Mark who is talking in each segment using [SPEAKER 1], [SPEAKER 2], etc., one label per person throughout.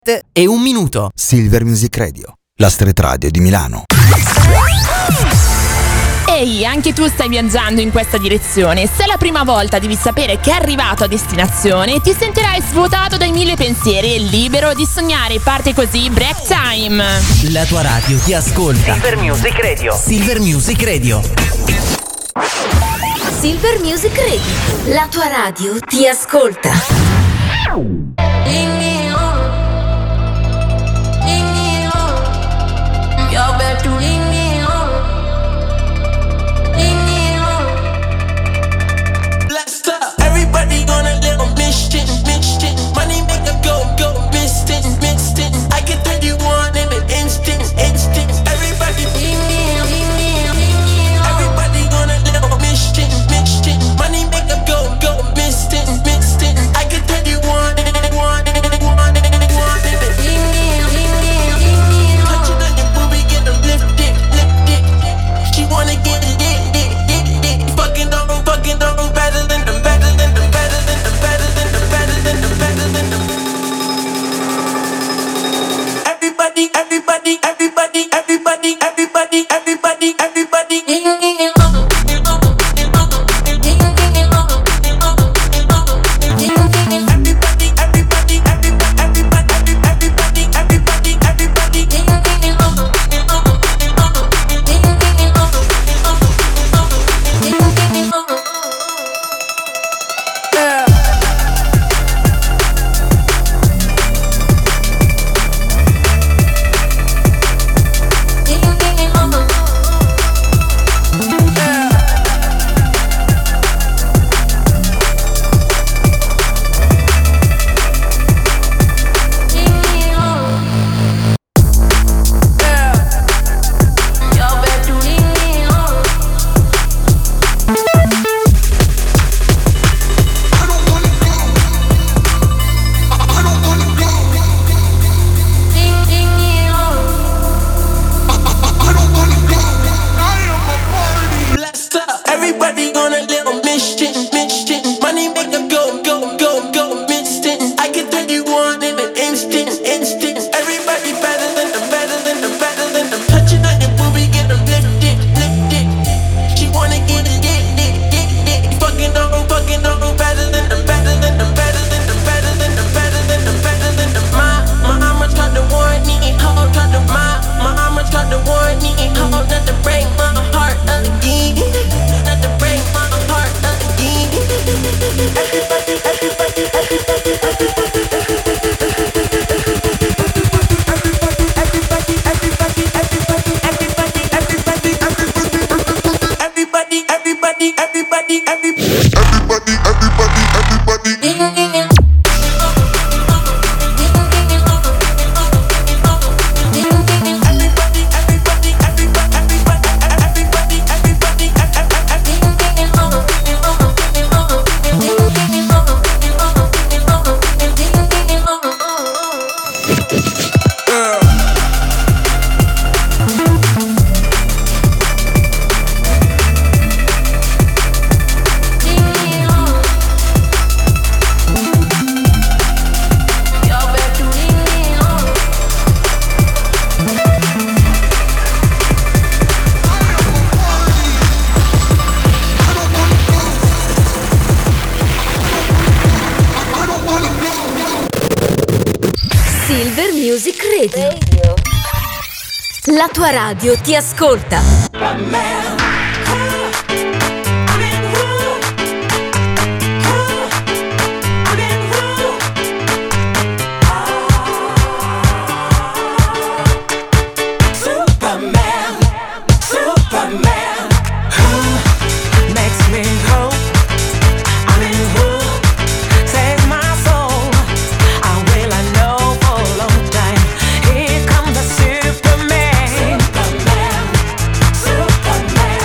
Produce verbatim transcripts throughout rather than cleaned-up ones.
[SPEAKER 1] e un minuto.
[SPEAKER 2] Silver Music Radio, la street radio di Milano.
[SPEAKER 3] Ehi, anche tu stai viaggiando in questa direzione. Se è la prima volta devi sapere che è arrivato a destinazione, ti sentirai svuotato dai mille pensieri e libero di sognare. Parte così Break Time.
[SPEAKER 1] La tua radio ti ascolta.
[SPEAKER 4] Silver Music Radio.
[SPEAKER 1] Silver Music Radio.
[SPEAKER 5] Silver Music Radio. La tua radio ti ascolta.
[SPEAKER 6] Everybody gonna live on mission, mission. Money make a go, go, mistin', mistin'. I can turn you on in an instant, instant. Everybody, everybody gonna live on mission, mission. Money make a go, go, mistin', mistin'. I can turn you on in an, on in an, on in an, on in an. Touching on your booby, get them lifted, lifted. She wanna get it, it, it, it, it. Fucking on, fucking on, better than them, better than them. Everybody, everybody, everybody, everybody, everybody, everybody, everybody.
[SPEAKER 5] La tua radio ti ascolta.
[SPEAKER 6] Superman, Superman, Superman.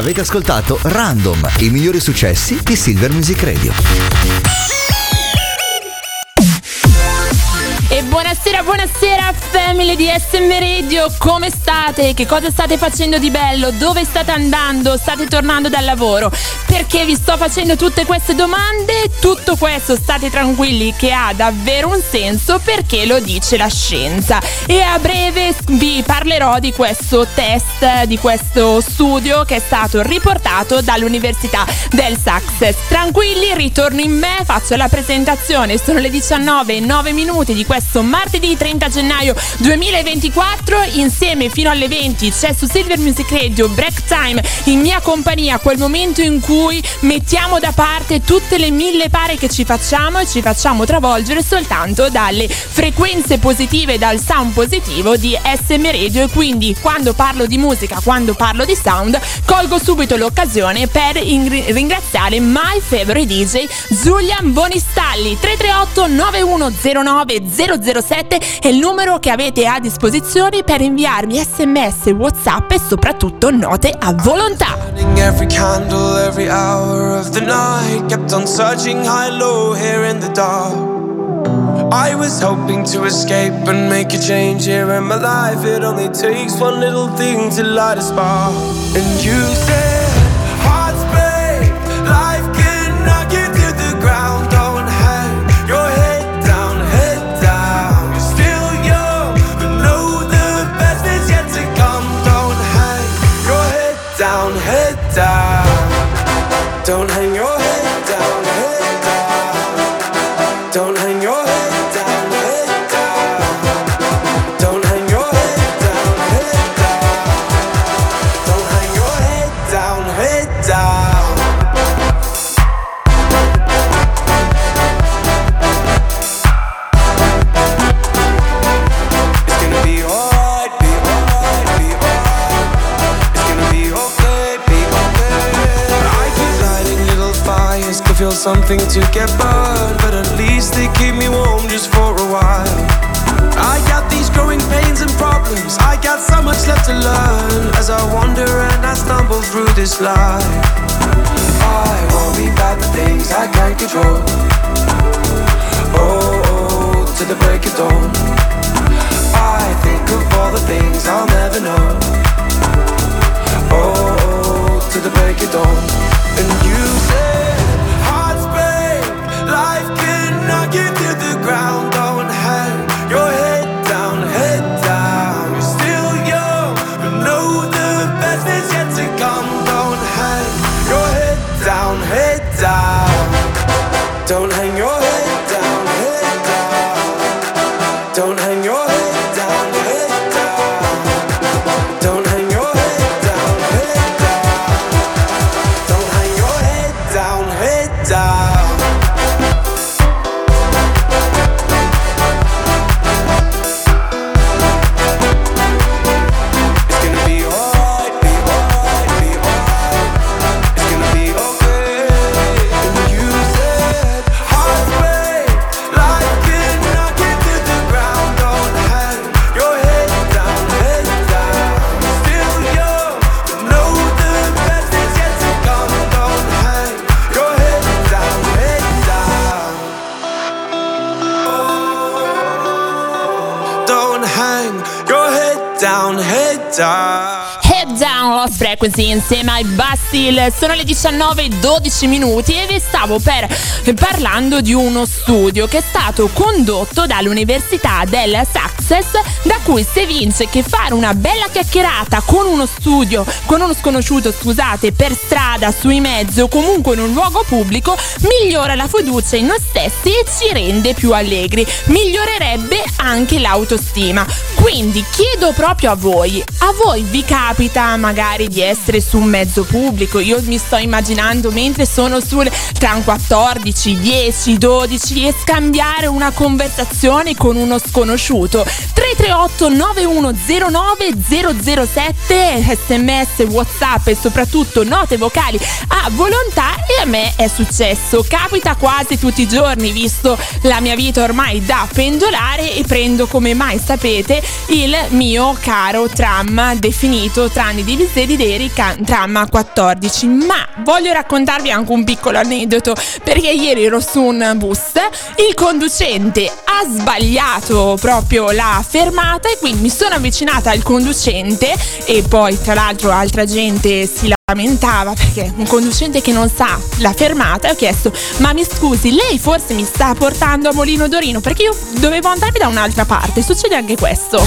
[SPEAKER 2] Avete ascoltato Random, i migliori successi di Silver Music Radio.
[SPEAKER 3] E buonasera, buonasera family di S M Radio, come state? Che cosa state facendo di bello? Dove state andando? State tornando dal lavoro? Perché vi sto facendo tutte queste domande? Tutto questo, state tranquilli, che ha davvero un senso, perché lo dice la scienza. E a breve vi parlerò di questo test, di questo studio che è stato riportato dall'Università del Sussex. Tranquilli, ritorno in me, faccio la presentazione. Sono le diciannove e nove minuti di questo martedì trenta gennaio duemilaventiquattro. Insieme fino alle venti c'è su Silver Music Radio Break Time, in mia compagnia, quel momento in cui mettiamo da parte tutte le mille pare che ci facciamo e ci facciamo travolgere soltanto dalle frequenze positive, dal sound positivo di S M Radio. E quindi quando parlo di musica, quando parlo di sound, colgo subito l'occasione per in- ringraziare my favorite D J Giulian Bonistalli. Tre tre otto nove uno zero nove zero zero sette è il numero che avete a disposizione per inviarmi sms, WhatsApp e soprattutto note a volontà.
[SPEAKER 4] Every candle, every hour of the night, kept on searching high low here in the dark. I was hoping to escape and make a change here in my life. It only takes one little thing to light a spark. And you said, hearts break, life can knock you to the ground. Don't hang your head down, head down. You're still young, but know the best is yet to come. Don't hang your head down, head down. Don't hang your head down, head down. Don't hang your head down, head down. Don't hang your head down, head down. Don't hang your head down, head down. It's gonna be alright, be alright, be alright. It's gonna be okay, be okay. I keep lighting little fires, could feel something to get burned, but at least they keep me warm just for a while. I got these growing pains and problems, I got so much left to learn, as I wander and I stumble through this life. I worry about the things I can't control. Oh, oh, to the break of dawn. I think of all the things I'll never know. Oh, oh, to the break of dawn. And you said, hearts break, life can knock you to the ground. Don't hang your head down, head down. You're still young, but know the best is yet to come. Don't hang your head down, head down. Don't hang your head down, head down. Don't hang your head down, head down. Don't hang your head down, head down. Don't hang your head down, head down. It's gonna be alright, be alright, be alright. It's gonna be okay. And you said, hearts break, life can knock you to the ground. Don't hang your head down, head down. Still young, but know the best is yet to come. Don't hang your head down, head down. Don't hang your head down, head down.
[SPEAKER 3] Head Down, Lost Frequency insieme ai Bastille. Sono le diciannove e dodici minuti e vi stavo per parlando di uno studio che è stato condotto dall'Università del Sussex, da cui si evince che fare una bella chiacchierata con uno studio, con uno sconosciuto, scusate, per strada, sui mezzi o comunque in un luogo pubblico, migliora la fiducia in noi stessi e ci rende più allegri, migliorerebbe anche l'autostima. Quindi chiedo proprio a voi, a voi vi capita magari di essere su un mezzo pubblico? Io mi sto immaginando mentre sono sul tram quattordici, dieci, dodici e scambiare una conversazione con uno sconosciuto. Tre tre otto nove uno zero nove zero zero sette, sms, WhatsApp e soprattutto note vocali a volontà, e a me è successo, capita quasi tutti i giorni visto la mia vita ormai da pendolare, e prendo, come mai sapete, il mio caro tram definito tranne divisione classe di Erika, tramma quattordici. Ma voglio raccontarvi anche un piccolo aneddoto, perché ieri ero su un bus, il conducente ha sbagliato proprio la fermata e quindi mi sono avvicinata al conducente e poi tra l'altro altra gente si lamentava perché un conducente che non sa la fermata. E ho chiesto: ma mi scusi, lei forse mi sta portando a Molino d'Orino, perché io dovevo andare da un'altra parte. Succede anche questo.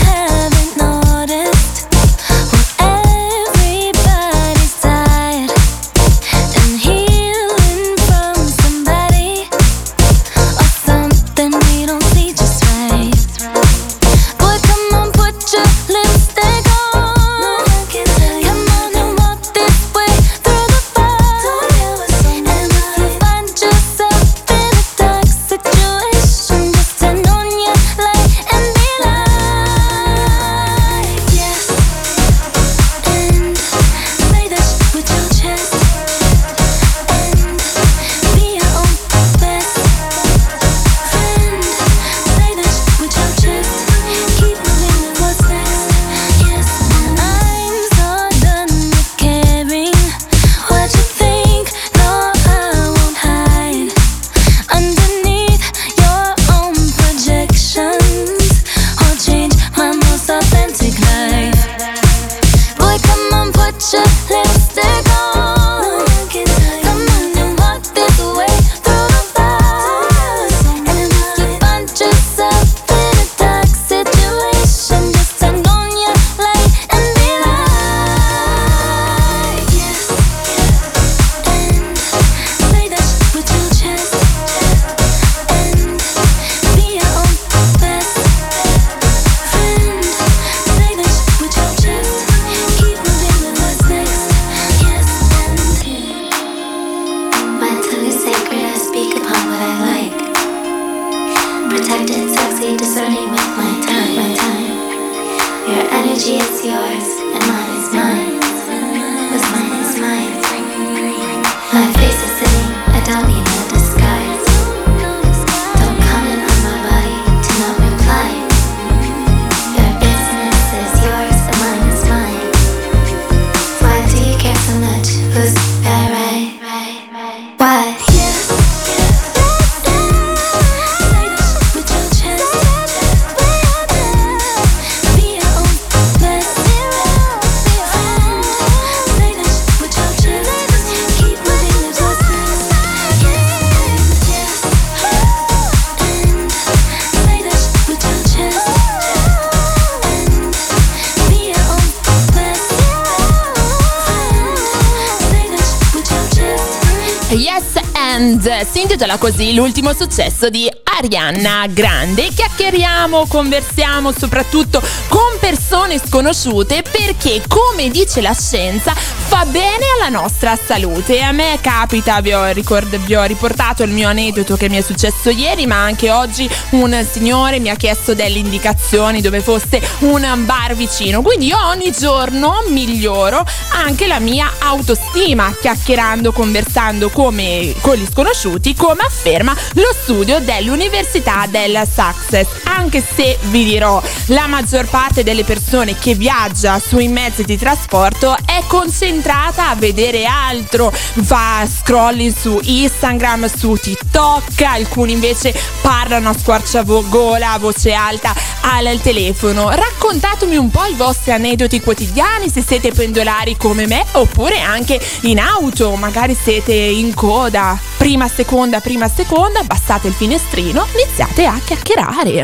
[SPEAKER 3] Si intitola così l'ultimo successo di Ariana Grande. Chiacchieriamo, conversiamo soprattutto con persone sconosciute perché, come dice la scienza, fa bene alla nostra salute. E a me capita, vi ho, ricord- vi ho riportato il mio aneddoto che mi è successo ieri, ma anche oggi un signore mi ha chiesto delle indicazioni dove fosse un bar vicino. Quindi io ogni giorno miglioro anche la mia autostima, chiacchierando, conversando come con gli sconosciuti, come afferma lo studio dell'Università del Sussex. Anche se vi dirò, la maggior parte delle persone che viaggia sui mezzi di trasporto è concentrata a vedere altro, fa scrolling su Instagram, su TikTok, alcuni invece parlano a squarciagola, a voce alta al telefono. Raccontatemi un po' i vostri aneddoti quotidiani, se siete pendolari come me oppure anche in auto, magari siete in coda, prima seconda prima seconda, abbassate il finestrino, iniziate a chiacchierare.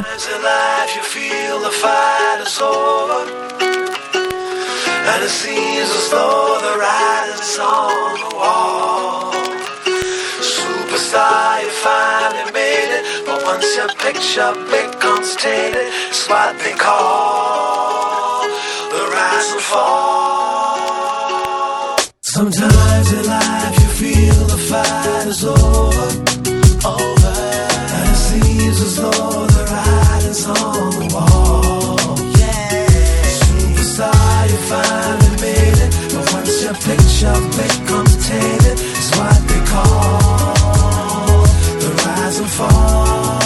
[SPEAKER 3] And it seems as though the writing's on the wall. Superstar, you finally made it, but once your picture becomes tainted, it's what they call the rise and fall. Sometimes in life you feel the fight is over, over, and it seems as though the writing's on the wall. Yeah, superstar, you finally made it, but once your picture becomes tainted, it's what they call the rise and fall.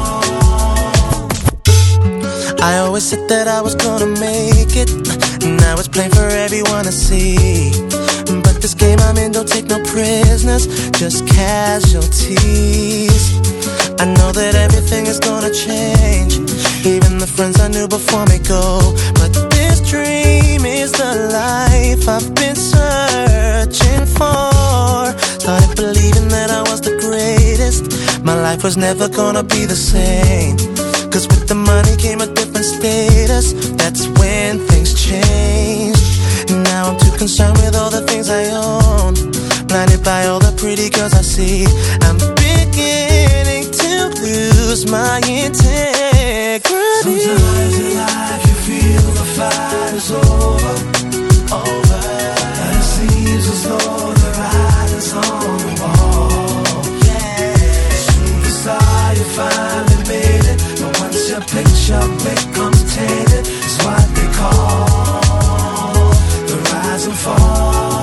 [SPEAKER 7] I always said that I was gonna make it, and I now it's plain for everyone to see. But this game I'm in don't take no prisoners, just casualties. I know that everything is gonna change, even the friends I knew before me go. But this dream is the life I've been searching for. Started believing that I was the greatest. My life was never gonna be the same, cause with the money came a different status. That's when things changed. Now I'm too concerned with all the things I own, blinded by all the pretty girls I see. I'm beginning to lose my integrity.
[SPEAKER 6] Sometimes in life you feel the fight is over, over, and it seems as though the writing's on the wall. Yeah, superstar, you finally made it, but once your picture becomes tainted, it's what they call the rise and fall.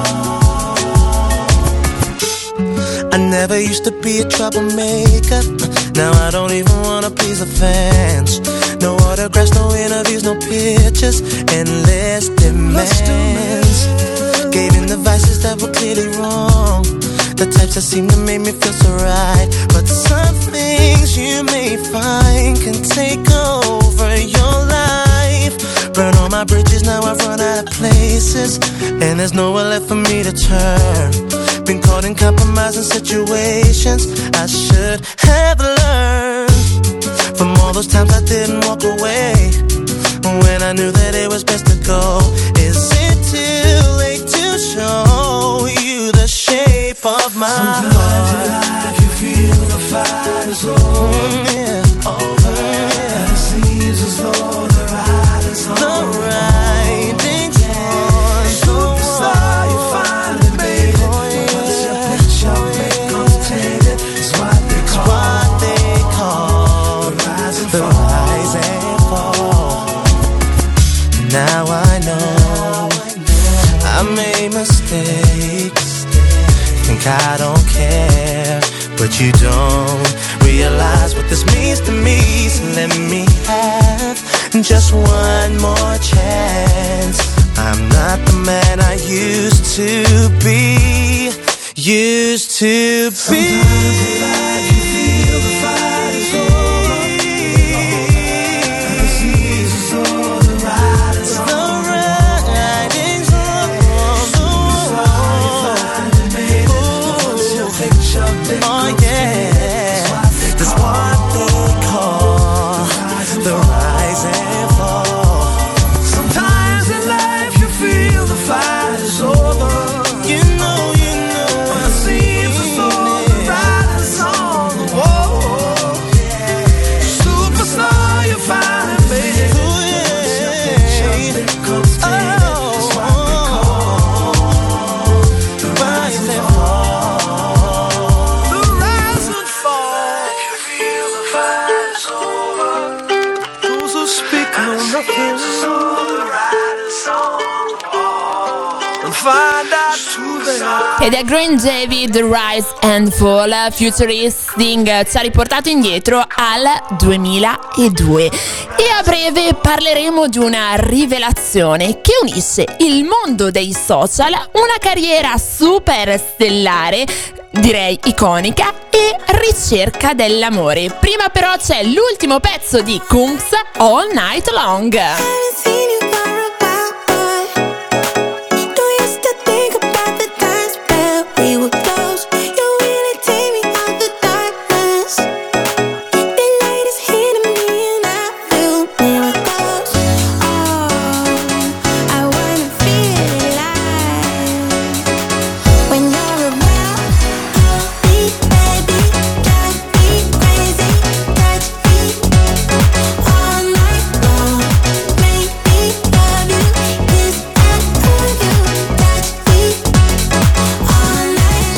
[SPEAKER 7] I never used to be a troublemaker. Now I don't even wanna please the fans. No autographs, no interviews, no pictures, endless demands. Gave in the vices that were clearly wrong, the types that seem to make me feel so right. But some things you may find can take over your life. Burn all my bridges, now I've run out of places, and there's nowhere left for me to turn. Been caught in compromising situations I should have learned from all those times I didn't walk away when I knew that it was best to go. Is it too late to show you the shape of my
[SPEAKER 6] Sometimes
[SPEAKER 7] heart?
[SPEAKER 6] in life you feel the fight is over,
[SPEAKER 7] Mm, yeah.
[SPEAKER 6] over, yeah. And it seems as though the writing's on
[SPEAKER 7] The
[SPEAKER 6] the
[SPEAKER 7] writing's on the
[SPEAKER 6] superstar, you finally made it. But once your picture becomes tainted, it's what they call,
[SPEAKER 7] what they call
[SPEAKER 6] the rise and
[SPEAKER 7] the
[SPEAKER 6] fall.
[SPEAKER 7] rise and fall. Now I know I made mistakes. Think I don't care, but you don't realize what this means to me. So let me have just one more chance. I'm not the man I used to be, used to be.
[SPEAKER 6] Sometimes in life you feel the fight is over, and it seems as though the writing's on the wall.
[SPEAKER 7] Oh yeah, that's what they call the rise and fall.
[SPEAKER 6] Sometimes in life you feel the fight is over.
[SPEAKER 7] You know, you know, I
[SPEAKER 6] It seems as though the writing's on the wall. Superstar, you finally made it. Once your picture becomes tainted, it's what they call the rise and fall. The rise and fall. You feel the fight is over. Those who speak know nothing. The writing's on the wall. And find out who they are.
[SPEAKER 3] Ed è Green David, The Rise and Fall, Futuristing, ci ha riportato indietro al duemiladue. E a breve parleremo di una rivelazione che unisce il mondo dei social, una carriera super stellare, direi iconica, e ricerca dell'amore. Prima però c'è l'ultimo pezzo di Kungs, All Night Long.
[SPEAKER 8] All night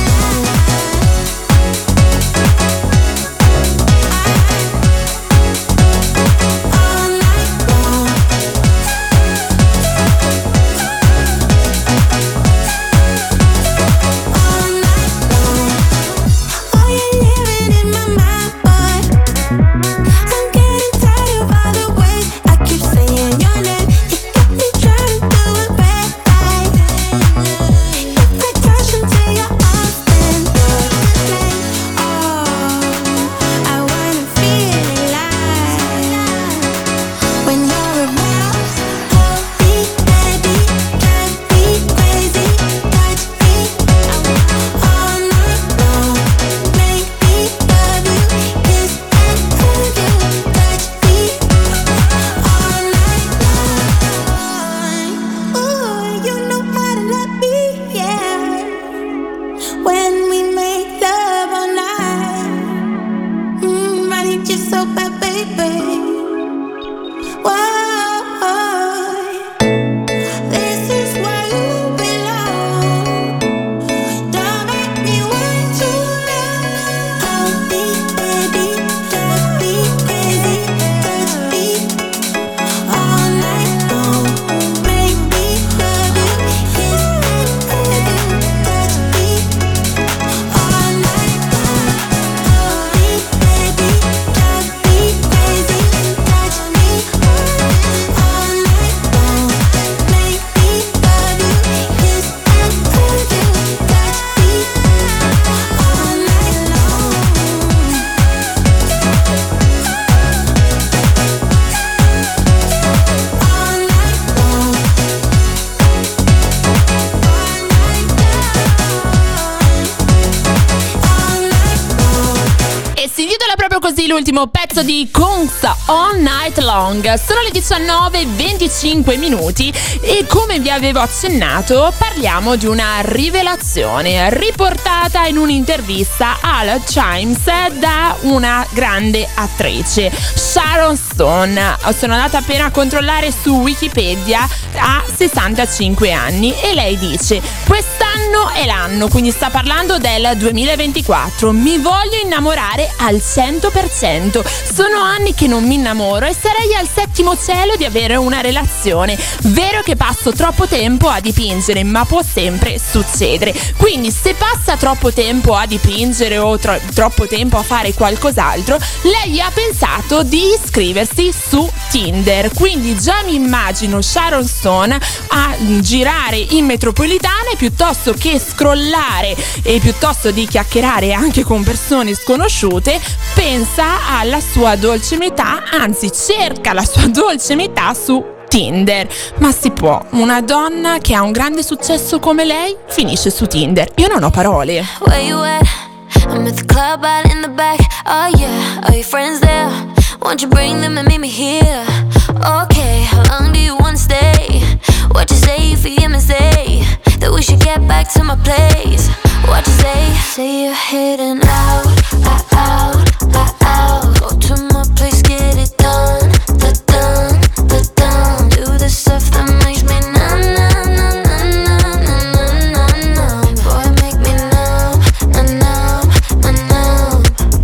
[SPEAKER 3] così l'ultimo pezzo di Kungs All Night Long. Sono le diciannove e venticinque minuti e come vi avevo accennato parliamo di una rivelazione riportata in un'intervista al Times da una grande attrice, Sharon Stone. Sono andata appena a controllare su Wikipedia, ha sessantacinque anni e lei dice: quest'anno è l'anno, quindi sta parlando del duemilaventiquattro, mi voglio innamorare al cento per cento. Sono anni che non mi innamoro e sarei al settimo cielo di avere una relazione. Vero che passo troppo tempo a dipingere, ma può sempre succedere. Quindi se passa troppo tempo a dipingere o tro- troppo tempo a fare qualcos'altro, lei ha pensato di iscriversi su Tinder. Quindi già mi immagino Sharon Stone a girare in metropolitane piuttosto che scrollare e piuttosto di chiacchierare anche con persone sconosciute, pensa alla sua dolce metà, anzi cerca la sua dolce metà su Tinder. Ma si può? Una donna che ha un grande successo come lei finisce su Tinder? Io non ho parole.
[SPEAKER 8] Where you at? I'm at the club out in the back. Oh yeah, are your friends there? Won't you bring them and meet me here? Okay, how long do you wanna stay? What you say if you hear me say that we should get back to my place? What you say? Say you're heading out, out, out, out, out. Go to my place, get it done, da done, da done. Do the stuff that makes me numb, numb, numb, numb, numb, numb, numb. Boy, make me numb, numb, numb, numb.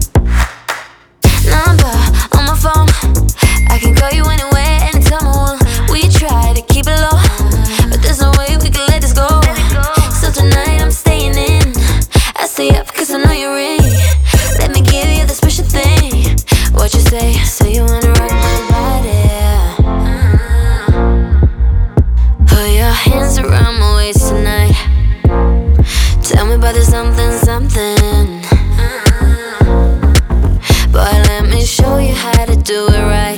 [SPEAKER 8] Number on my phone, I can call you anywhere, anytime I want. We try to keep it low, but there's no way we can let this go. So tonight I'm staying in. I stay up cause I know you're in. Let me give you the special thing. What you say? Say you wanna rock my body. Put your hands around my waist tonight. Tell me about the something, something. Boy, let me show you how to do it right.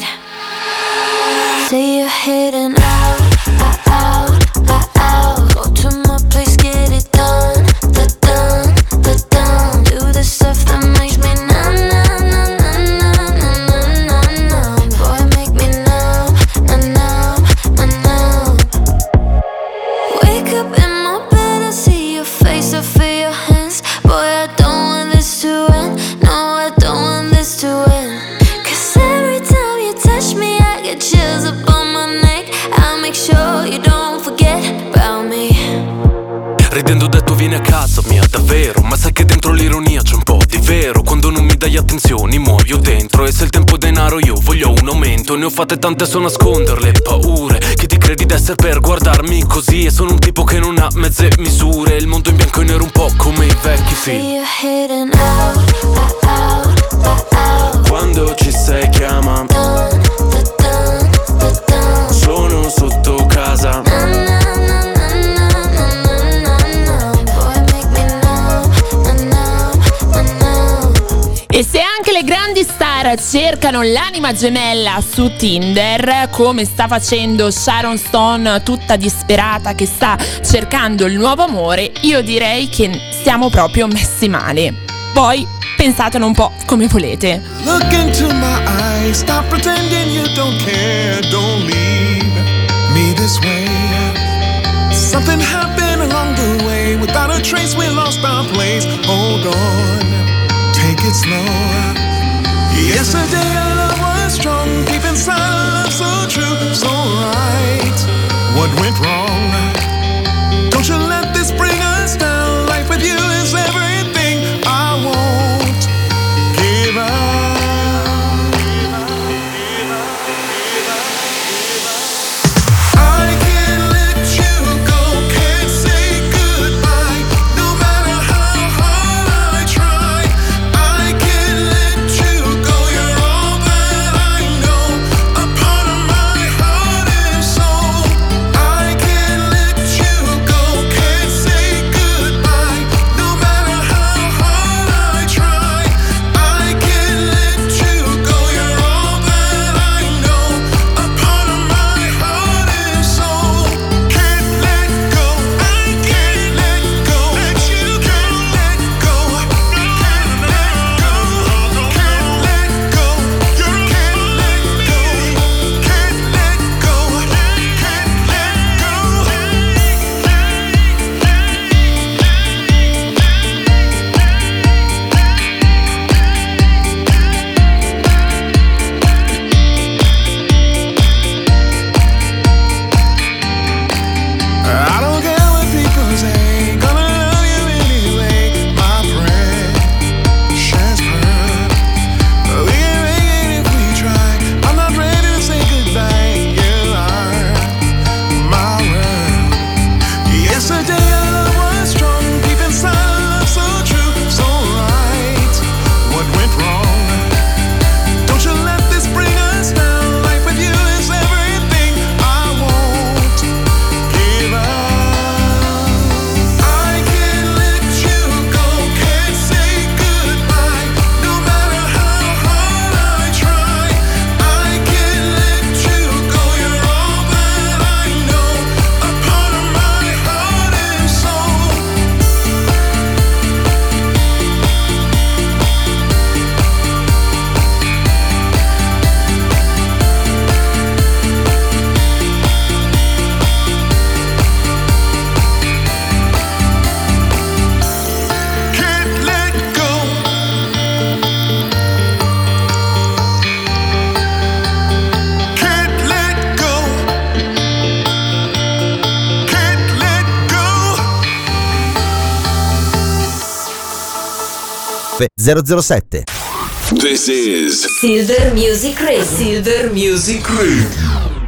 [SPEAKER 8] Say you're heading out, out, out, out, out. Go to my place, get it done, da done, da done. Do the stuff that makes me numb, numb, numb, numb, numb, numb, numb. Boy, make me numb, numb, numb, numb. Wake up in my bed, I see your face, I feel your hands. Boy, I don't want this to end. No, I don't want this to end. Cause every time you touch me, I get chills up on my neck. I'll make sure you don't forget about me.
[SPEAKER 9] Ridendo ho detto vieni a casa mia, davvero. Ma sai che dentro l'ironia c'è un po' di vero. Quando non mi dai attenzioni muoio dentro. E se il tempo è denaro io voglio un aumento. Ne ho fatte tante so nasconderle paure. Che ti credi d'essere per guardarmi così. E sono un tipo che non ha mezze misure. Il mondo in bianco e nero un po' come i vecchi film.
[SPEAKER 8] See you heading out, out, out, out, out.
[SPEAKER 9] Quando ci sei chiama,
[SPEAKER 8] Dun, da, dun, da, dun.
[SPEAKER 9] sono sotto casa.
[SPEAKER 8] Numb, numb, numb, numb, numb, numb, numb. Boy, make me numb, numb, numb, numb.
[SPEAKER 3] E se anche le grandi star cercano l'anima gemella su Tinder, come sta facendo Sharon Stone tutta disperata che sta cercando il nuovo amore, io direi che stiamo proprio messi male. Poi pensatelo un po' come volete.
[SPEAKER 6] Look into my eyes, stop pretending you don't care. Don't leave me this way. Something happened along the way. Without a trace we lost our place. Hold on, take it slow. Yesterday our love was strong. Deep inside our love so true. So right, what went wrong? Don't you let this bring us down. Life with you is everything. I won't give up. I can't let you go, can't say goodbye. No matter how hard I try, I can't let you go. You're all that I know, a part of my heart and soul. I can't
[SPEAKER 2] F zero zero sette.
[SPEAKER 10] This is
[SPEAKER 5] Silver Music Radio. Silver Music Radio.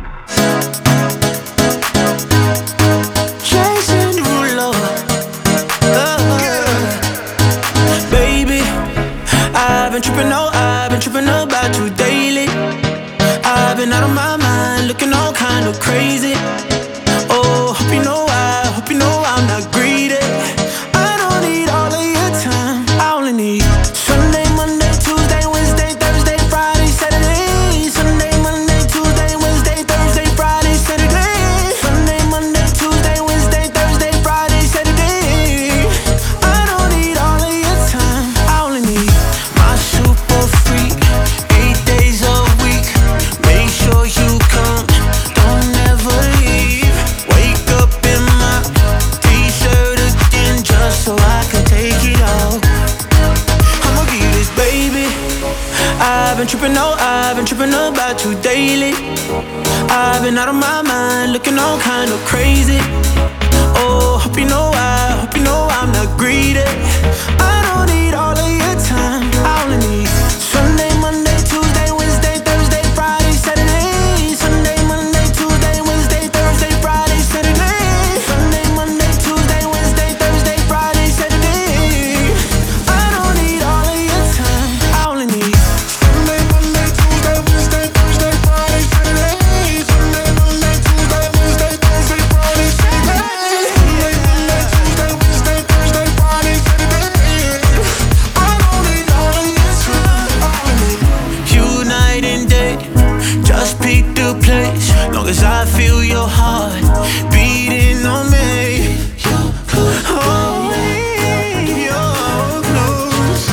[SPEAKER 6] I've been tripping, oh, I've been tripping about you daily. I've been out of my mind, looking all kind of crazy. Oh, hope you know I, hope you know I'm not greedy. I don't need all of your time, I only need Sunday, Monday, Tuesday, Wednesday, Thursday, Friday, Saturday. Sunday, Monday, Tuesday, Wednesday, Thursday, Friday, Saturday. Sunday, Monday, Tuesday, Wednesday, Thursday, Friday, Saturday. I don't need all of your time, I only need super freak, eight days a week. Make sure you come, don't ever leave. Wake up in my t-shirt again, just so I can take it off. I'ma give you this, baby. I've been tripping, oh, I've been tripping about you daily. I've been out of my mind, looking all kind of crazy. Oh, hope you know I, hope you know I'm not greedy. I don't need all of your time, I only need Sunday, Monday, Tuesday, Wednesday, Thursday, Friday, Saturday. Sunday, Monday, Tuesday, Wednesday, Thursday, Friday, Saturday. Sunday, Monday, Tuesday, Wednesday, Thursday, Friday, Saturday. I don't need all of your time, I only need Sunday, Monday, Tuesday, Wednesday, Thursday, Friday, Saturday. Sunday, Monday, Tuesday, Wednesday, Thursday, Friday, Saturday. Sunday, Monday, Tuesday, Wednesday, Thursday, Friday, Saturday. I don't need all of your time, I only need you night and day. Just pick the place, long as I feel your heart beating on me. Hold me your close.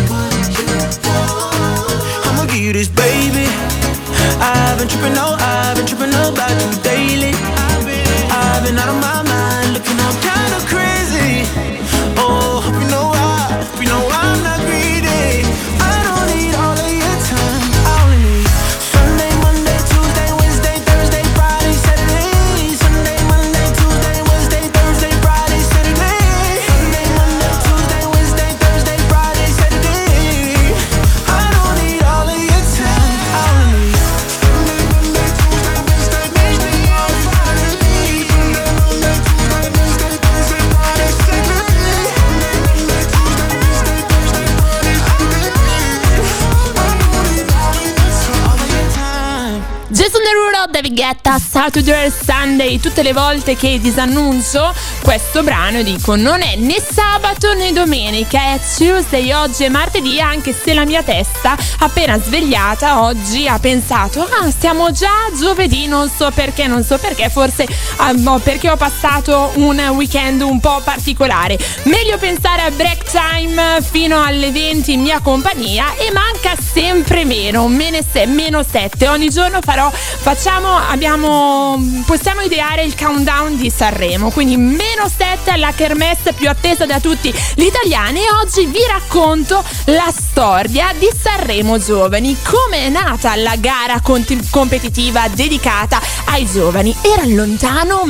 [SPEAKER 6] I'ma give you this, baby. I've been tripping, oh, I've been tripping about you daily. I've been out of my mind, looking all kind of crazy. Oh, hope you know I, hope you know I'm not greedy. I don't need all of your time, I only need Sunday, Monday, Tuesday, Wednesday, Thursday, Friday, Saturday. Sunday, Monday, Tuesday, Wednesday, Thursday, Friday, Saturday. Sunday, Monday, Tuesday, Wednesday, Thursday, Friday, Saturday. I don't need all of your time, I only need Sunday, Monday, Tuesday, Wednesday, Thursday, Friday, Saturday. Sunday, Monday, Tuesday, Wednesday, Thursday, Friday, Saturday. Sunday, Monday, Tuesday, Wednesday, Thursday, Friday, Saturday. I don't need all of your time, all of your time.
[SPEAKER 3] Jason Derulo, David Guetta, Saturday Sunday. Tutte le volte che disannuncio questo brano dico non è né sabato né domenica, è Tuesday, oggi è martedì, anche se la mia testa appena svegliata oggi ha pensato ah stiamo già giovedì, non so perché, non so perché, forse ah, no, perché ho passato un weekend un po' particolare. Meglio pensare a break time fino alle venti in mia compagnia e manca sempre meno, meno sette, ogni giorno farò, facciamo, abbiamo, possiamo ideare il countdown di Sanremo, quindi meno sette alla kermesse più attesa da tutti gli italiani e oggi vi racconto la storia di Sanremo Giovani, come è nata la gara conti- competitiva dedicata ai giovani. Era lontano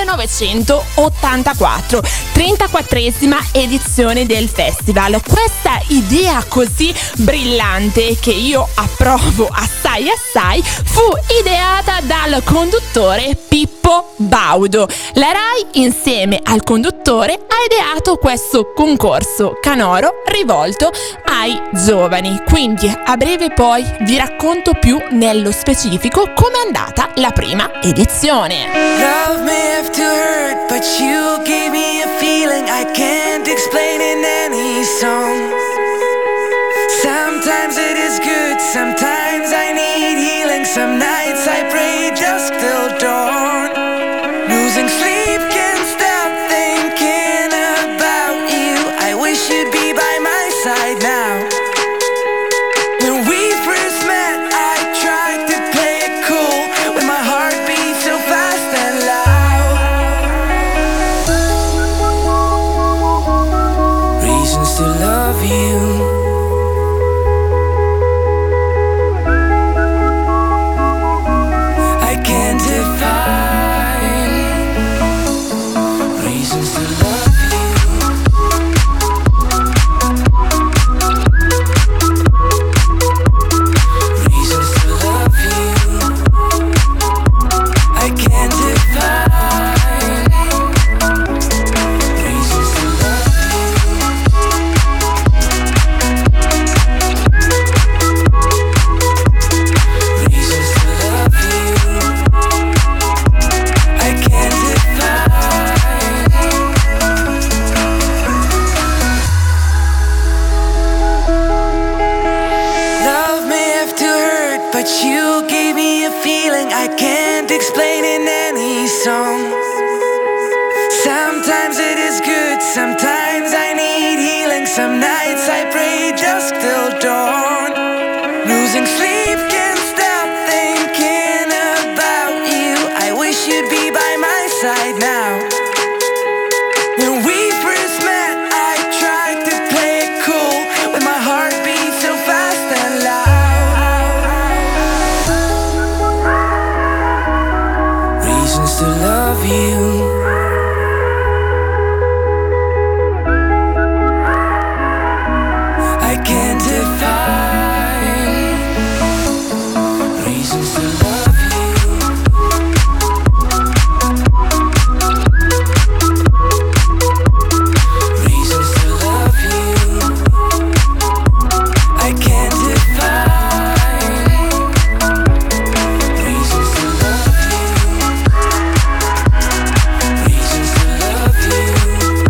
[SPEAKER 3] millenovecentottantaquattro, trentaquattresima edizione del festival. Questa idea così brillante che io approvo assai assai fu ideata dal conduttore Pippo Baudo. La Rai insieme al conduttore ha ideato questo concorso canoro rivolto ai giovani. Quindi a breve poi vi racconto più nello specifico come è andata la prima edizione.
[SPEAKER 11] Love may have to hurt, but you gave me a feeling I can't explain in any song. Sometimes it is good, sometimes I need healing. Some nights I pray just till dawn. Losing sleep, can't stop thinking about you. I wish you'd be by my side now. When we first met, I tried to play it cool, with my heart beat so fast and loud. Reasons to love you. I can't define I can't explain in any song. Sometimes it is good, sometimes I need healing. Some nights I pray just till dawn. Losing sleep, can't stop thinking about you. I wish you'd be by my side now. When we first met, I tried to play it cool, with my heart beat so fast and loud. Reasons to love you. I can't define reasons to love you. Reasons to love you. I can't define reasons to love you. Reasons to love you.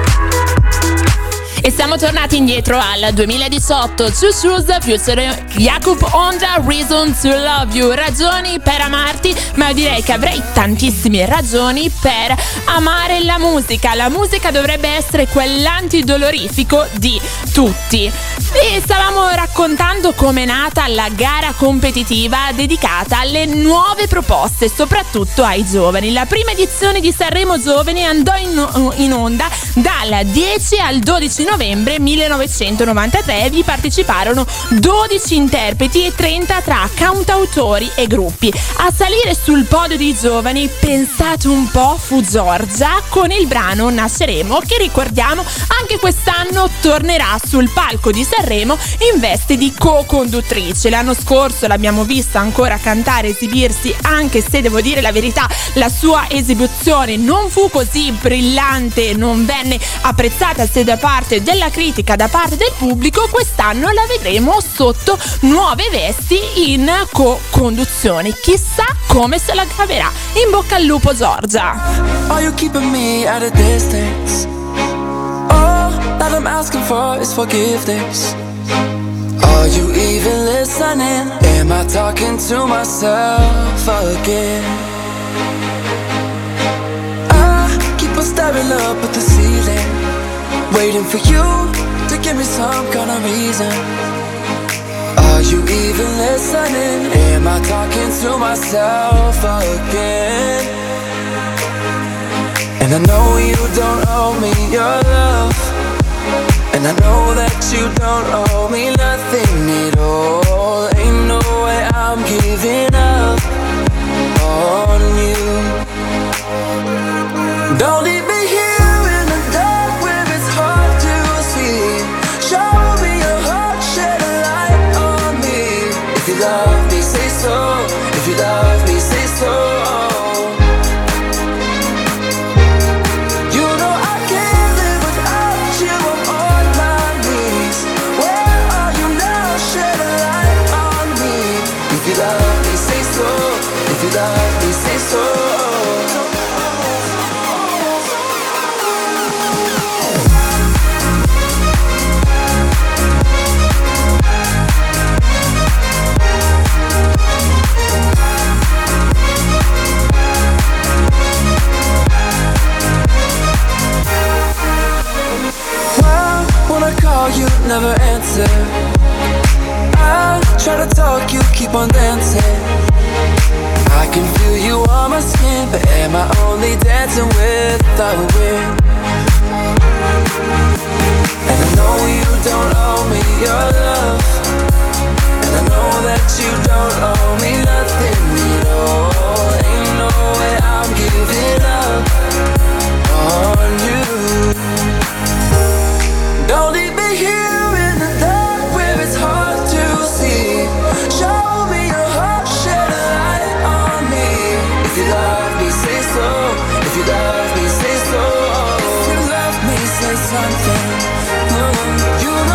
[SPEAKER 3] E siamo tornati indietro al duemiladiciotto. Two Shoes Future Jakub Onda, Reason to Love You. Ragioni per amarti, ma io direi che avrei tantissime ragioni per amare la musica. La musica dovrebbe essere quell'antidolorifico di tutti. E stavamo raccontando come è nata la gara competitiva dedicata alle nuove proposte, soprattutto ai giovani. La prima edizione di Sanremo Giovani andò in, in onda dal dieci al dodici novembre millenovecentonovantatré. Vi parteciparono dodici interpreti e trenta tra cantautori e gruppi. A salire sul podio dei giovani, pensate un po', fu Giorgia con il brano Nasceremo, che ricordiamo anche quest'anno tornerà sul palco di Sanremo in veste di co-conduttrice. L'anno scorso l'abbiamo vista ancora cantare, esibirsi, anche se devo dire la verità, la sua esibizione non fu così brillante, non venne apprezzata sia da parte della critica, da parte del pubblico. Quest'anno la vedremo sotto nuove vesti in co-conduzione. Chissà come se la caverà. In bocca al lupo, Giorgia.
[SPEAKER 11] Are you keeping me at a distance? All that I'm asking for is forgiveness. Are you even listening? Am I talking to myself again? I keep on staring up at the ceiling, waiting for you to give me some kind of reason. Are you even listening? Am I talking to myself again? And I know you don't owe me your love, and I know that you don't owe me nothing at all. Ain't no way I'm giving up on you. Don't leave me here in the dark where it's hard to see. Show me your heart, shed a light on me. If you love me, say so. If you love me, say so. You never answer. I try to talk, you keep on dancing. I can feel you on my skin, but am I only dancing with the wind? And I know you don't owe me your love, and I know that you don't owe me nothing at all. Ain't no way I'm giving up on you. Don't leave me here in the dark where it's hard to see. Show me your heart, shed a light on me. If you love me, say so. If you love me, say so. If you love me, say something. Mm, you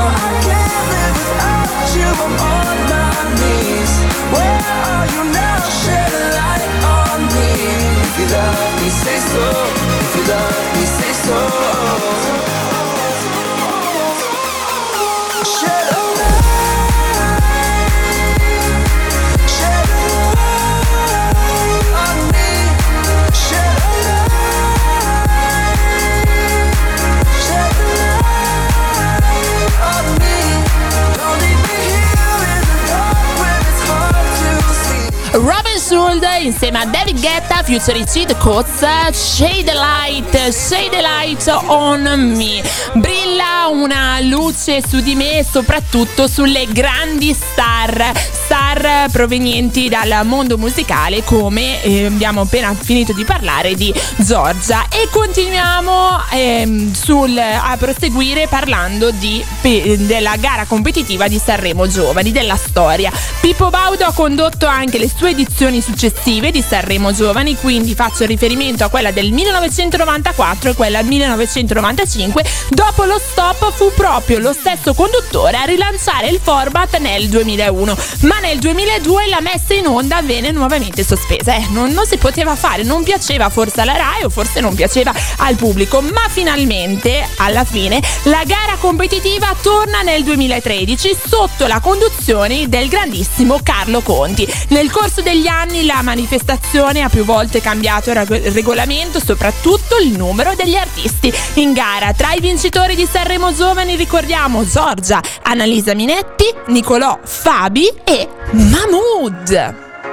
[SPEAKER 3] Robin Schulz insieme a David Guetta featuring Sid Coates, Shade the Light, Shade the Light on Me. Brilla una luce su di me, soprattutto sulle grandi star, star provenienti dal mondo musicale, come eh, abbiamo appena finito di parlare di Giorgia. E continuiamo ehm, sul, a proseguire parlando di, pe, della gara competitiva di Sanremo Giovani, della storia. Pippo Baudo ha condotto anche le sue edizioni successive di Sanremo Giovani, quindi faccio riferimento a quella del millenovecentonovantaquattro e quella del millenovecentonovantacinque. Dopo lo stop fu proprio lo stesso conduttore a rilanciare il format nel duemilauno, ma nel duemiladue la messa in onda venne nuovamente sospesa. Eh, non, non si poteva fare, non piaceva forse alla Rai o forse non piaceva al pubblico, ma finalmente alla fine la gara competitiva torna nel duemilatredici sotto la conduzione del grandissimo Carlo Conti. Nel corso degli anni la manifestazione ha più volte cambiato il reg- regolamento, soprattutto il numero degli artisti in gara. Tra i vincitori di Sanremo Giovani ricordiamo Giorgia, Annalisa Minetti, Nicolò Fabi e Mahmood.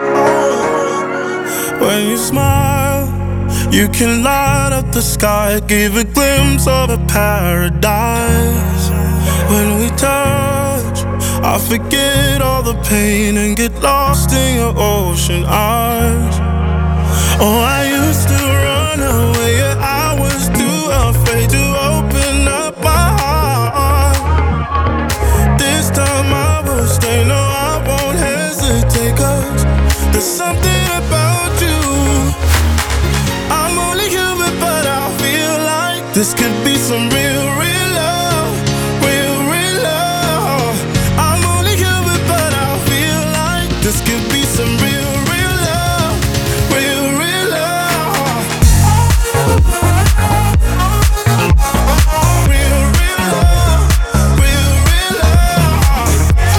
[SPEAKER 6] When you smile, you can light up the sky, give a glimpse of a paradise. When we touch, I forget all the pain and get lost in your ocean eyes. Oh, I used to run away, yeah, I was too afraid to open up my heart. This time I will stay, no, I won't hesitate, 'cause there's something about you. I'm only human, but I feel like this could be some real, real love, real, real love. I'm only human, but I feel like this could be some real, real love, real, real love. Real, real love, real, real love.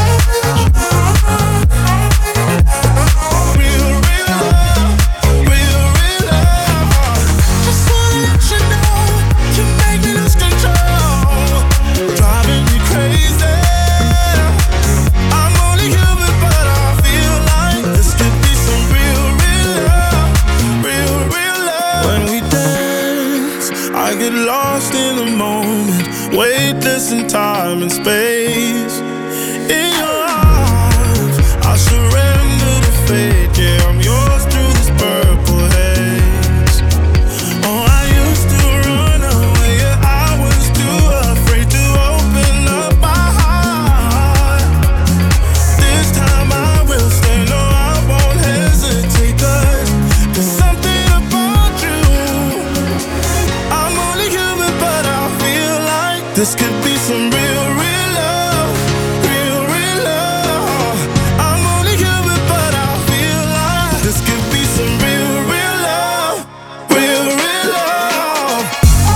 [SPEAKER 6] Real, real love, real, real love. Just wanna let you know, you make me lose control, driving me crazy. I'm only human, but I feel like this could be some real, real love, real, real love. When we dance, I get lost in the moment, weightless in time and space. In your arms, I surrender to fate. Yeah, I'm yours through this purple haze. Oh, I used to run away, yeah, I was too afraid to open up my heart. This time I will stay, no, I won't hesitate, 'cause there's something about you. I'm only human, but I feel like this could be some real, real love, real, real love. I'm only human, but I feel like this could be some real, real love, real, real love.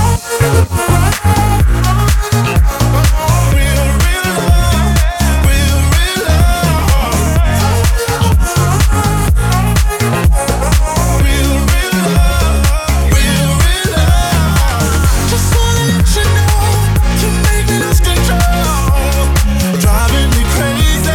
[SPEAKER 6] Real, real love, real, real love. Real, real love, real, real love. Just wanna let you know, you make me lose control, driving me crazy.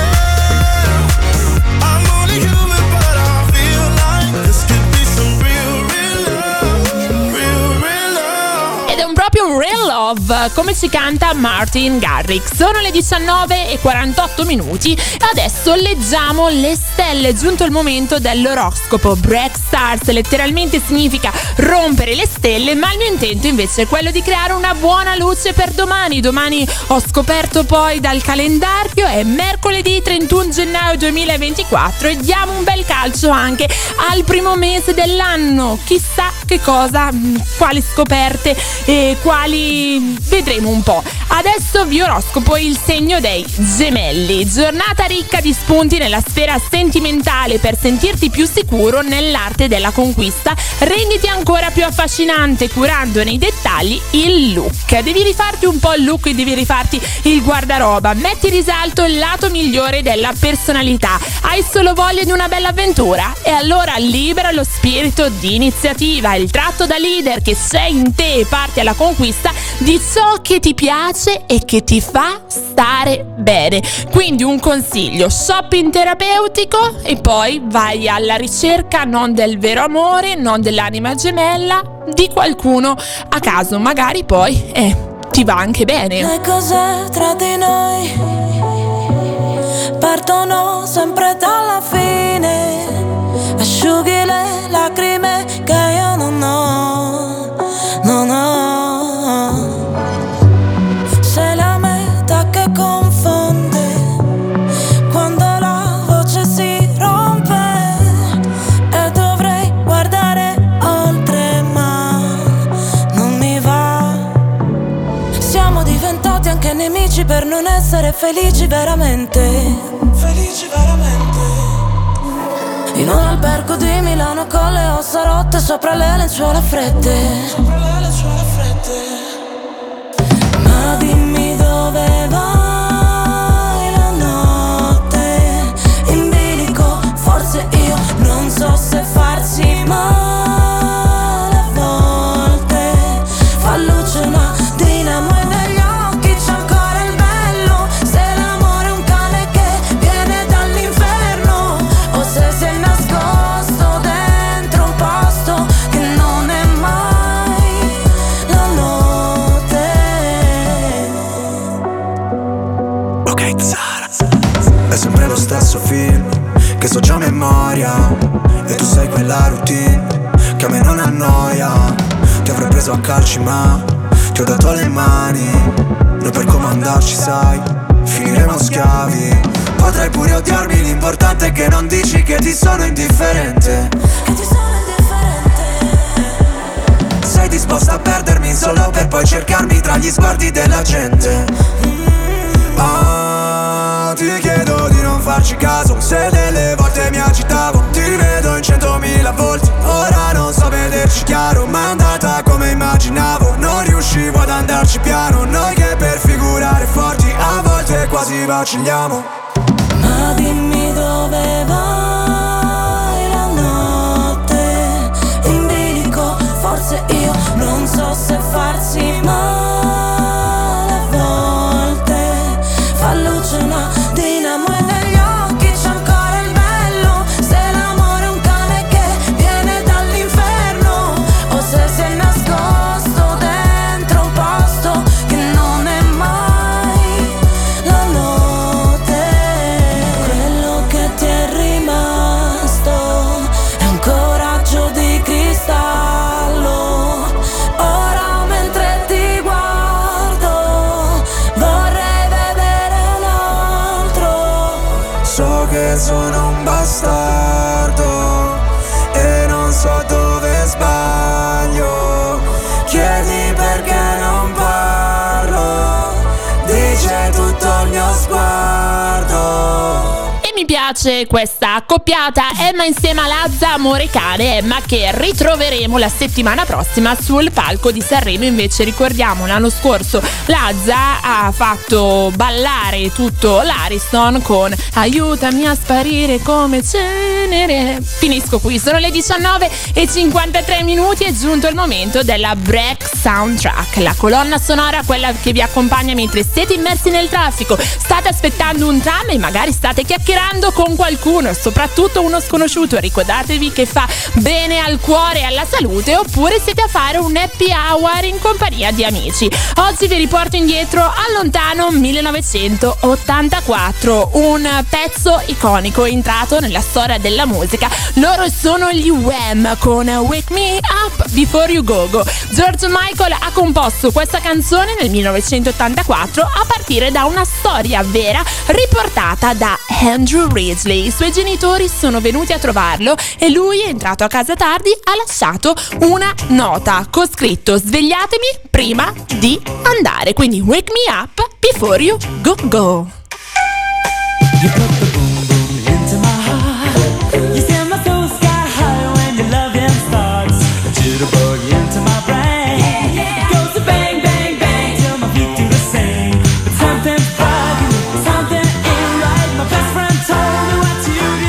[SPEAKER 6] I'm only human, but I feel like this could be some real, real love, real, real love.
[SPEAKER 3] Ed è un proprio un real love, come si canta Martin Garrix. Sono le diciannove e quarantotto minuti. Adesso leggiamo le stelle. È giunto il momento dell'oroscopo. Break Stars letteralmente significa rompere le stelle, ma il mio intento invece è quello di creare una buona luce per domani. Domani ho scoperto poi dal calendario, è mercoledì trentuno gennaio duemilaventiquattro e diamo un bel calcio anche al primo mese dell'anno. Chissà che cosa, quali scoperte e quali vedremo un po'. Adesso vi oroscopo il segno dei Gemelli. Giornata ricca di spunti nella sfera sentimentale per sentirti più sicuro nell'arte della conquista. Renditi ancora più affascinante curando nei dettagli il look. Devi rifarti un po' il look e devi rifarti il guardaroba. Metti in risalto il lato migliore della personalità. Hai solo voglia di una bella avventura? E allora libera lo spirito di iniziativa, il tratto da leader che sei in te e parti alla conquista di ciò che ti piace e che ti fa stare bene. Quindi un consiglio: shopping terapeutico e poi vai alla ricerca non del vero amore, non dell'anima gemella, di qualcuno a caso, magari poi eh, ti va anche bene.
[SPEAKER 12] Le cose tra di noi partono sempre dalla fine, asciughi le lacrime che io non ho, non ho. Sei la metà che confonde quando la voce si rompe e dovrei guardare oltre ma non mi va. Siamo diventati anche nemici per non essere felici veramente. Felici veramente. In un albergo di Milano con le ossa rotte sopra le lenzuola fredde. Sopra le lenzuola fredde. Ma dimmi dove vai la notte in bilico. Forse io non so se farsi male a volte. Fa luce una dinamo e negli occhi c'è ancora il bello. Se l'amore è un cane che viene dall'inferno o se si è nascosto dentro un posto che non è mai la notte.
[SPEAKER 4] Ok Zara, è sempre lo stesso film che so già a memoria e tu sai quella routine che a me non annoia. Ti avrei preso a calci ma ti ho dato le mani. Noi per comandarci sai finiremo schiavi. Potrai pure odiarmi, l'importante è che non dici che ti sono indifferente.
[SPEAKER 12] Che ti sono indifferente.
[SPEAKER 4] Sei disposta a perdermi solo per poi cercarmi tra gli sguardi della gente. Ah, ti chiedo di non farci caso se delle volte mi agitavo. Ti vedo in centomila volti, ora non so vederci chiaro. Ma è andata come immaginavo, non riuscivo ad andarci piano. Noi che per figurare forti a volte quasi vacilliamo.
[SPEAKER 12] Ma dimmi dove vai la notte in bilico. Forse io non so se farsi male a volte. Fa luce una dinamo e negli occhi c'è ancora il bello. Se l'amore è un cane che viene dall'inferno o se si è nascosto dentro un posto che non è mai la notte. Quello che ti è rimasto è un coraggio di cristallo. Ora mentre ti guardo vorrei vedere un altro.
[SPEAKER 4] So che sono un bastardo e non so dove sbaglio. Chiedi perché non parlo, dice tutto il mio sguardo.
[SPEAKER 3] E mi piace questa accoppiata Emma insieme a Lazza, Amore Cane. Emma che ritroveremo la settimana prossima sul palco di Sanremo. Invece ricordiamo l'anno scorso Lazza ha fatto ballare tutto l'Ariston con Aiutami a sparire come cenere. Finisco qui, sono le diciannove e cinquantatré minuti. È giunto il momento della Break Soundtrack, la colonna sonora, quella che vi accompagna mentre siete immersi nel traffico, state aspettando un tram e magari state chiacchierando con qualcuno, soprattutto uno sconosciuto. Ricordatevi che fa bene al cuore e alla salute. Oppure siete a fare un happy hour in compagnia di amici. Oggi vi riporto indietro al lontano millenovecentottantaquattro, un pezzo iconico entrato nella storia della musica. Loro sono gli Wham con Wake Me Up Before You Go Go. George Michael ha composto questa canzone nel millenovecentottantaquattro a partire da una storia vera riportata da Andrew Ridgeley. I suoi genitori sono venuti a trovarlo e lui, entrato a casa tardi, ha lasciato una nota con scritto: svegliatemi prima di andare. Quindi wake me up before you go go.
[SPEAKER 13] You put the boom boom into my heart. You send my soul sky high when your loving starts. A jitterbug into my brain. Yeah, yeah. It goes to bang bang bang till my feet do the same. But something's bugging, something ain't right. My best friend told me what to do.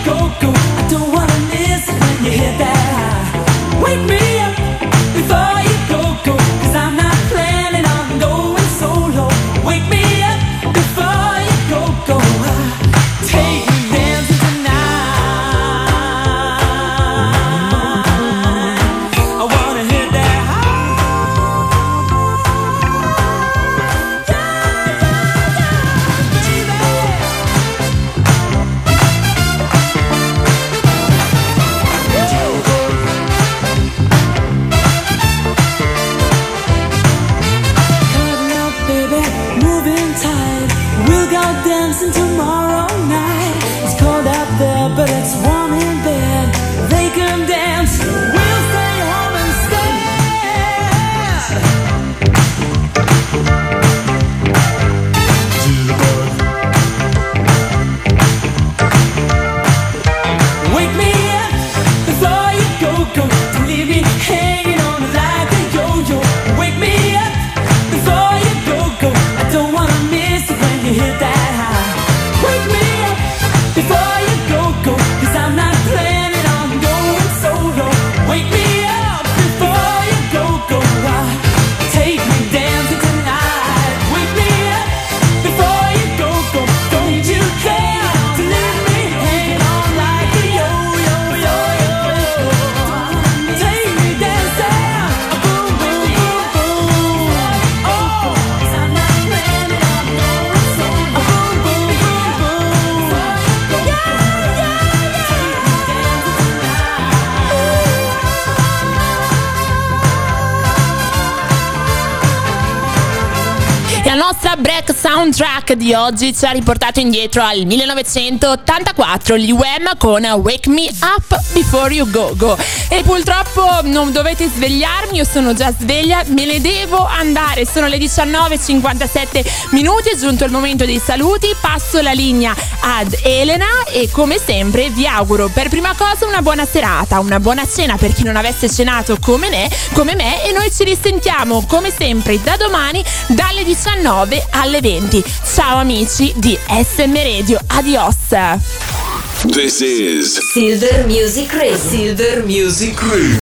[SPEAKER 13] go, go. I don't wanna miss it when you hit that high. Wake me up before you go, go. Cause I'm not planning on going solo. Wake me up before you go, go. Take me dancing tonight. I wanna hit that high. Cutting up, baby, moving tight. We'll go dancing tomorrow night. It's cold out there, but it's warm in bed. They can dance, we'll stay home instead. Wake me up before you go, go. Don't leave me hanging on like a yo-yo. Wake me up before you go, go. I don't wanna miss it when you hit that high. Wake me up before you go, go. Cause I'm not planning on going solo. Wake me up before you go, go. Take me dancing tonight. Wake me up before you go, go. Don't you care to leave me hanging on like a yo-yo, yo-yo. Take me dancing, boom, boom, boom, boom. Oh, 'cause I'm not planning on going solo. Boom, boom, boom, boom. Yeah, yeah, yeah. Take me dancing
[SPEAKER 3] E la nostra break soundtrack di oggi ci ha riportato indietro al millenovecentottantaquattro, gli Wham con Wake Me Up Before You Go Go. E purtroppo non dovete svegliarmi, io sono già sveglia, me ne devo andare. Sono le diciannove e cinquantasette minuti, è giunto il momento dei saluti. Passo la linea ad Elena e come sempre vi auguro per prima cosa una buona serata, una buona cena per chi non avesse cenato come me, come me e noi ci risentiamo come sempre da domani dalle diciannove alle venti. Ciao amici di S M Radio, adios.
[SPEAKER 10] This is
[SPEAKER 5] Silver Music Radio.
[SPEAKER 1] Silver Music Radio.